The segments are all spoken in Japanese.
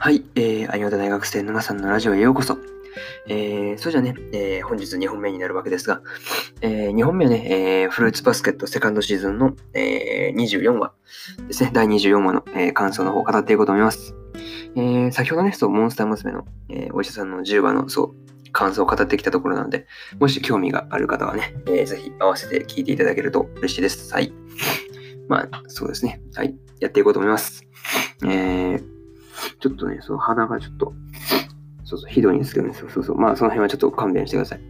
はい、アニメ大学生沼さんのラジオへようこそ。それじゃあね、本日2本目になるわけですが、2本目はね、フルーツバスケットセカンドシーズンの、24話ですね、第24話の、感想の方を語っていこうと思います。先ほどね、モンスター娘の、お医者さんの10話の感想を語ってきたところなので、もし興味がある方はね、ぜひ合わせて聞いていただけると嬉しいです。はい。そうですね。はい。やっていこうと思います。ちょっとね、鼻がちょっと、ひどいんですけどね、その辺はちょっと勘弁してください。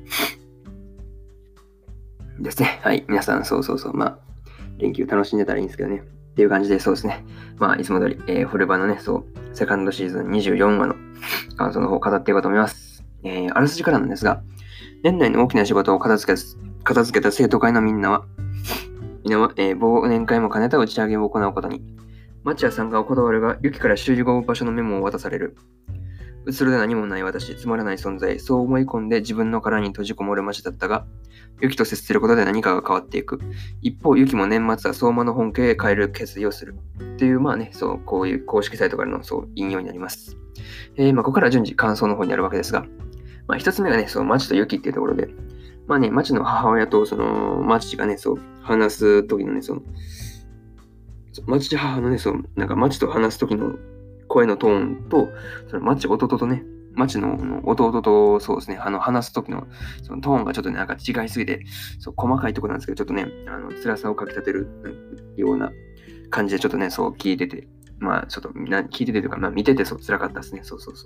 ですね。はい。皆さん、連休楽しんでたらいいんですけどね。っていう感じで、そうですね。いつも通り、フルバのね、セカンドシーズン24話の感想の方を語っていこうと思います。あらすじからなんですが、年内の大きな仕事を片付けた生徒会のみんなは、忘年会も兼ねた打ち上げを行うことに。町屋参加を断るが、ユキから集合場所のメモを渡される。うつろで何もない私、つまらない存在、そう思い込んで自分の殻に閉じこもる町だったが、ユキと接することで何かが変わっていく。一方、ユキも年末は相馬の本家へ帰る決意をする。っていう、こういう公式サイトからの引用になります。ここから順次感想の方になるわけですが、一つ目がね、町とユキっていうところで、町の母親と町がね、話す時のね、町母のね、町と話す時の声のトーンと、町弟とね、町の弟と、そうですね、話す時のそのトーンがちょっとね、違いすぎて、細かいところなんですけど、ちょっとね、辛さをかき立てるような感じで、ちょっとね、聞いてて、聞いててというか、見てて辛かったですね。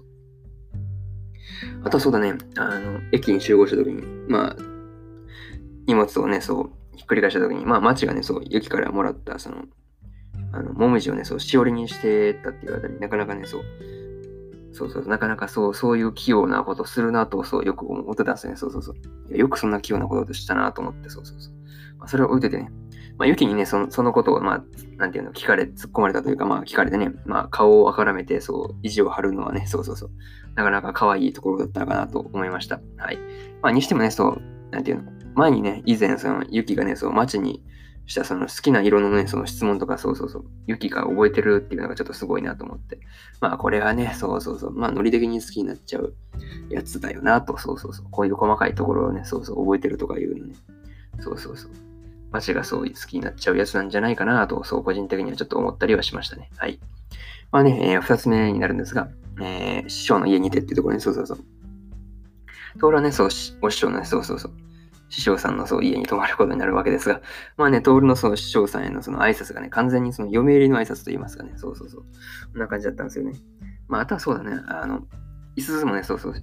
あとはそうだね、駅に集合した時に、荷物をね、ひっくり返した時に、町がね、ユキからもらった、もみじをね、しおりにしてたっていうあたり、なかなかね、なかなかそういう器用なことするなと、よく思ってたんですよね。よくそんな器用なことしたなと思って、それを置いててね、ユキにね、そのことを、なんていうの、突っ込まれたというか、聞かれてね、顔をあからめて、意地を張るのはね、なかなか可愛いところだったのかなと思いました。はい。にしてもね、なんていうの、前にね、以前、ユキがね、街にした好きな色のね、質問とか、ユキが覚えてるっていうのがちょっとすごいなと思って。これはね、ノリ的に好きになっちゃうやつだよなと、こういう細かいところをね、覚えてるとかいうのね、街が好きになっちゃうやつなんじゃないかなと、個人的にはちょっと思ったりはしましたね。はい。二つ目になるんですが、師匠の家にてっていうところに、トールはね、お師匠のね、師匠さんの家に泊まることになるわけですが、トールの師匠さんへの挨拶がね、完全に嫁入りの挨拶と言いますかね、こんな感じだったんですよね。あとはそうだね、いすずもね、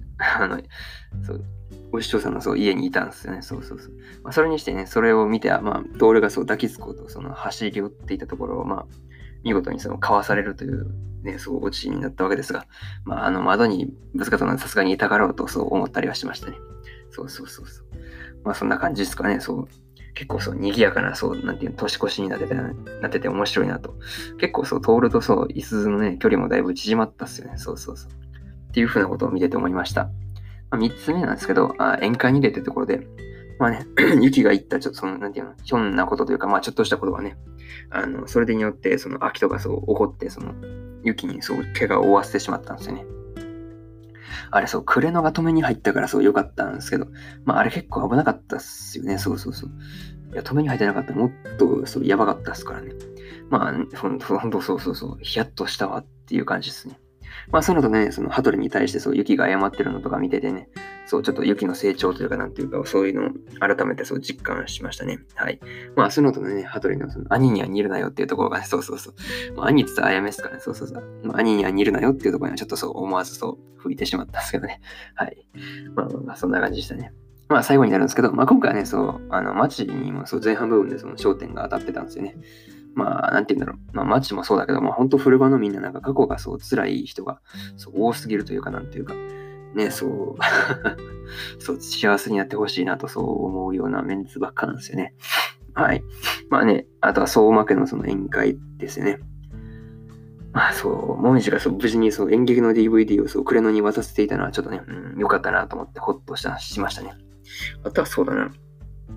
お師匠さんの家にいたんですよね。それにしてね、それを見て、トールが抱きつこうと、走り寄っていたところを、見事にかわされるという、ね、オチになったわけですが、窓にぶつかったのはさすがに痛かろうと、思ったりはしましたね。そんな感じですかね。結構賑やかな、なんていうの、年越しになってて面白いなと。結構トールといすずのね、距離もだいぶ縮まったっすよね。っていうふうなことを見てて思いました。三つ目なんですけど、宴会に出てるところで、ユキが言った、なんていうの、ひょんなことというか、ちょっとしたことがね、それでによって、アキトが怒って、ユキに怪我を負わせてしまったんですよね。あれクレノが止めに入ったから良かったんですけど、あれ結構危なかったっすよね。いや、止めに入ってなかったらもっとやばかったっすからね。ほんとヒヤッとしたわっていう感じですね。その後ね、ハトルに対してユキが謝ってるのとか見ててね、ちょっとユキの成長というかなんていうか、そういうのを改めて実感しましたね。はい。その後ね、ハトルの兄には似るなよっていうところがね、兄って言ったらあやめっすからね、兄には似るなよっていうところにはちょっと思わず吹いてしまったんですけどね。はい。そんな感じでしたね。最後になるんですけど、今回はね、街にも前半部分で焦点が当たってたんですよね。なんて言うんだろう。街もそうだけど、本当フルバのみんな過去が辛い人が多すぎるというか、なんていうか、ね、幸せになってほしいなと思うようなメンツばっかなんですよね。はい。あとは相馬家の宴会ですよね。もみじが無事に演劇の DVD をクレノに渡せていたのはちょっとね、良かったなと思ってほっとしましたね。あとはそうだな。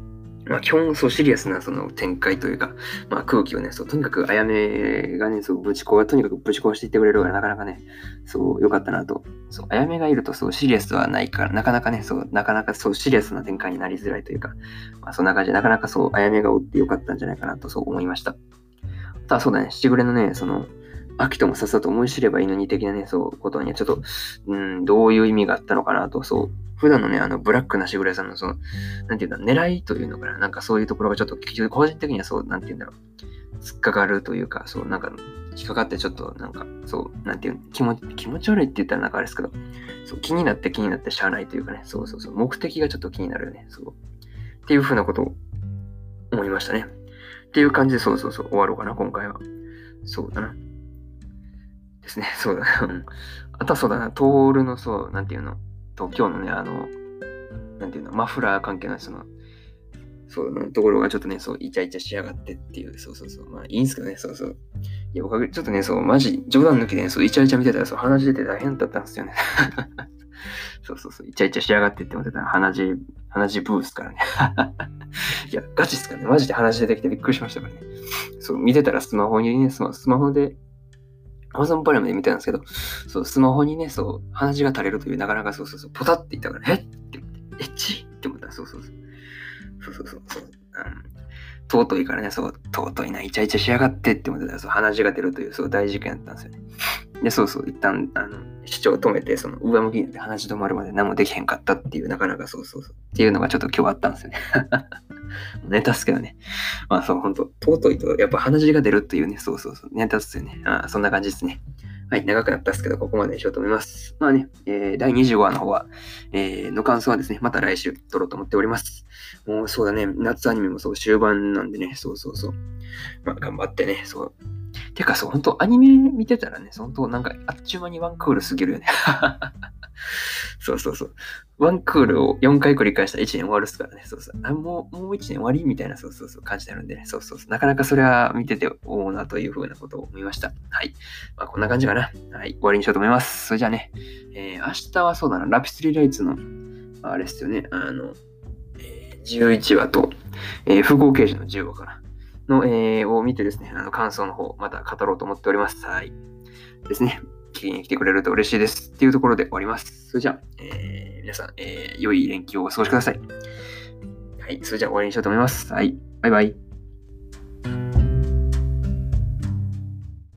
まあ、基本、そう、シリアスなその展開というか、まあ、空気をね、そう、とにかく、あやめがね、そう、とにかくぶち壊していってくれるから、なかなかね、そう、良かったなと。そう、あやめがいると、そう、シリアスはないから、なかなかね、そう、なかなかそう、シリアスな展開になりづらいというか、まあ、そんな感じで、なかなかそう、あやめがおって良かったんじゃないかなと、そう思いました。あとは、そうだね、しぐれのね、その、秋ともさっさと思い知ればいいのに的なね、そう、ことにはちょっと、どういう意味があったのかなと、そう、普段のね、ブラックなしぐれさんの、その、なんていうんだ、狙いというのかな、なんかそういうところがちょっと、個人的にはそう、なんていうんだろう、突っかかるというか、そう、なんか、引っかかってちょっと、なんか、そう、なんていう気持ち悪いって言ったらなんかあれですけど、そう、気になってしゃあないというかね、そうそうそう、目的がちょっと気になるよね、そう。っていうふうなことを思いましたね。っていう感じで、そうそうそう、終わろうかな、今回は。そうだな。ですね。そうだな。あとはそうだな。トールのそう、なんていうの、東京のね、なんていうの、マフラー関係のその、そうだな、ところがちょっとね、そう、イチャイチャしやがってっていう、そうそうそう。まあいいんすけどね、そうそう。いや、僕はちょっとね、そう、マジ、冗談抜きでね、そう、イチャイチャ見てたら、そう、鼻血出て大変だったんですよね。そうそうそう、イチャイチャしやがってって思ってたら、鼻血ブースからね。いや、ガチっすからね、マジで鼻血出てきてびっくりしましたからね。そう、見てたらスマホにね、スマホで、Amazon プライムで見たんですけど、そう、スマホにね、そう、鼻血が垂れるという、なかなかそうそうそう、ポタって言ったから、えって思って、エッチって思ったら、そうそうそう。そうそうそうそう。尊いからね、そう、尊いな、イチャイチャしやがってって思ってたら、そう、鼻血が出るという、そう、大事件だったんですよね。で、そうそう、一旦、視聴を止めて、その、上向きになって鼻血止まるまで何もできへんかったっていう、なかなかそうそうそう。っていうのがちょっと今日あったんですよね。ネタっすけどね。まあそう、ほんと、尊いと、やっぱ鼻血が出るっていうね、そうそうそう、ネタっすよね。そんな感じですね。はい、長くなったっすけど、ここまでにしようと思います。まあね、第25話の方は、の感想はですね、また来週撮ろうと思っております。もうそうだね、夏アニメもそう終盤なんでね、そうそうそう。まあ頑張ってね、そう。てかそう、ほんとアニメ見てたらね、本当なんかあっちゅう間にワンクール過ぎるよね。そうそうそう。ワンクールを4回繰り返したら1年終わるっすからね。そうそう。もう1年終わりみたいな、そうそうそう感じになるんでね。そうそうそう。なかなかそれは見てて思うなというふうなことを思いました。はい。まあこんな感じかな。はい。終わりにしようと思います。それじゃあね、明日はそうだな、ラピスリライツの、あれですよね、11話と、符号刑事の10話かな。を見てですね、感想の方、また語ろうと思っております。はい。ですね。聞きに来てくれると嬉しいです。っていうところで終わります。それじゃあ、皆さん、良い連休をお過ごしください。はい。それじゃあ終わりにしようと思います。はい。バイバイ。